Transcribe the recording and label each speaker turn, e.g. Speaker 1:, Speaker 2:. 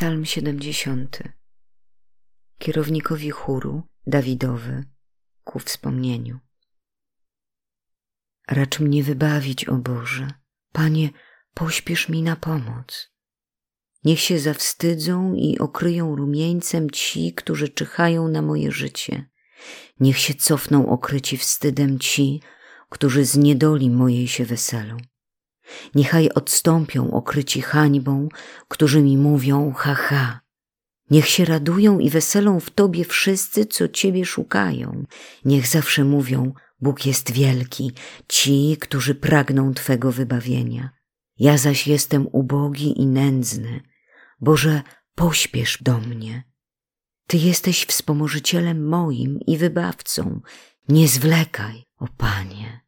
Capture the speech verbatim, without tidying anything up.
Speaker 1: Psalm siedemdziesiąty. Kierownikowi chóru, Dawidowy, ku wspomnieniu. Racz mnie wybawić, o Boże. Panie, pośpiesz mi na pomoc. Niech się zawstydzą i okryją rumieńcem ci, którzy czyhają na moje życie. Niech się cofną okryci wstydem ci, którzy z niedoli mojej się weselą. Niechaj odstąpią okryci hańbą, którzy mi mówią ha, ha. Niech się radują i weselą w Tobie wszyscy, co Ciebie szukają. Niech zawsze mówią, Bóg jest wielki, ci, którzy pragną Twego wybawienia. Ja zaś jestem ubogi i nędzny. Boże, pośpiesz do mnie. Ty jesteś wspomożycielem moim i wybawcą. Nie zwlekaj, o Panie.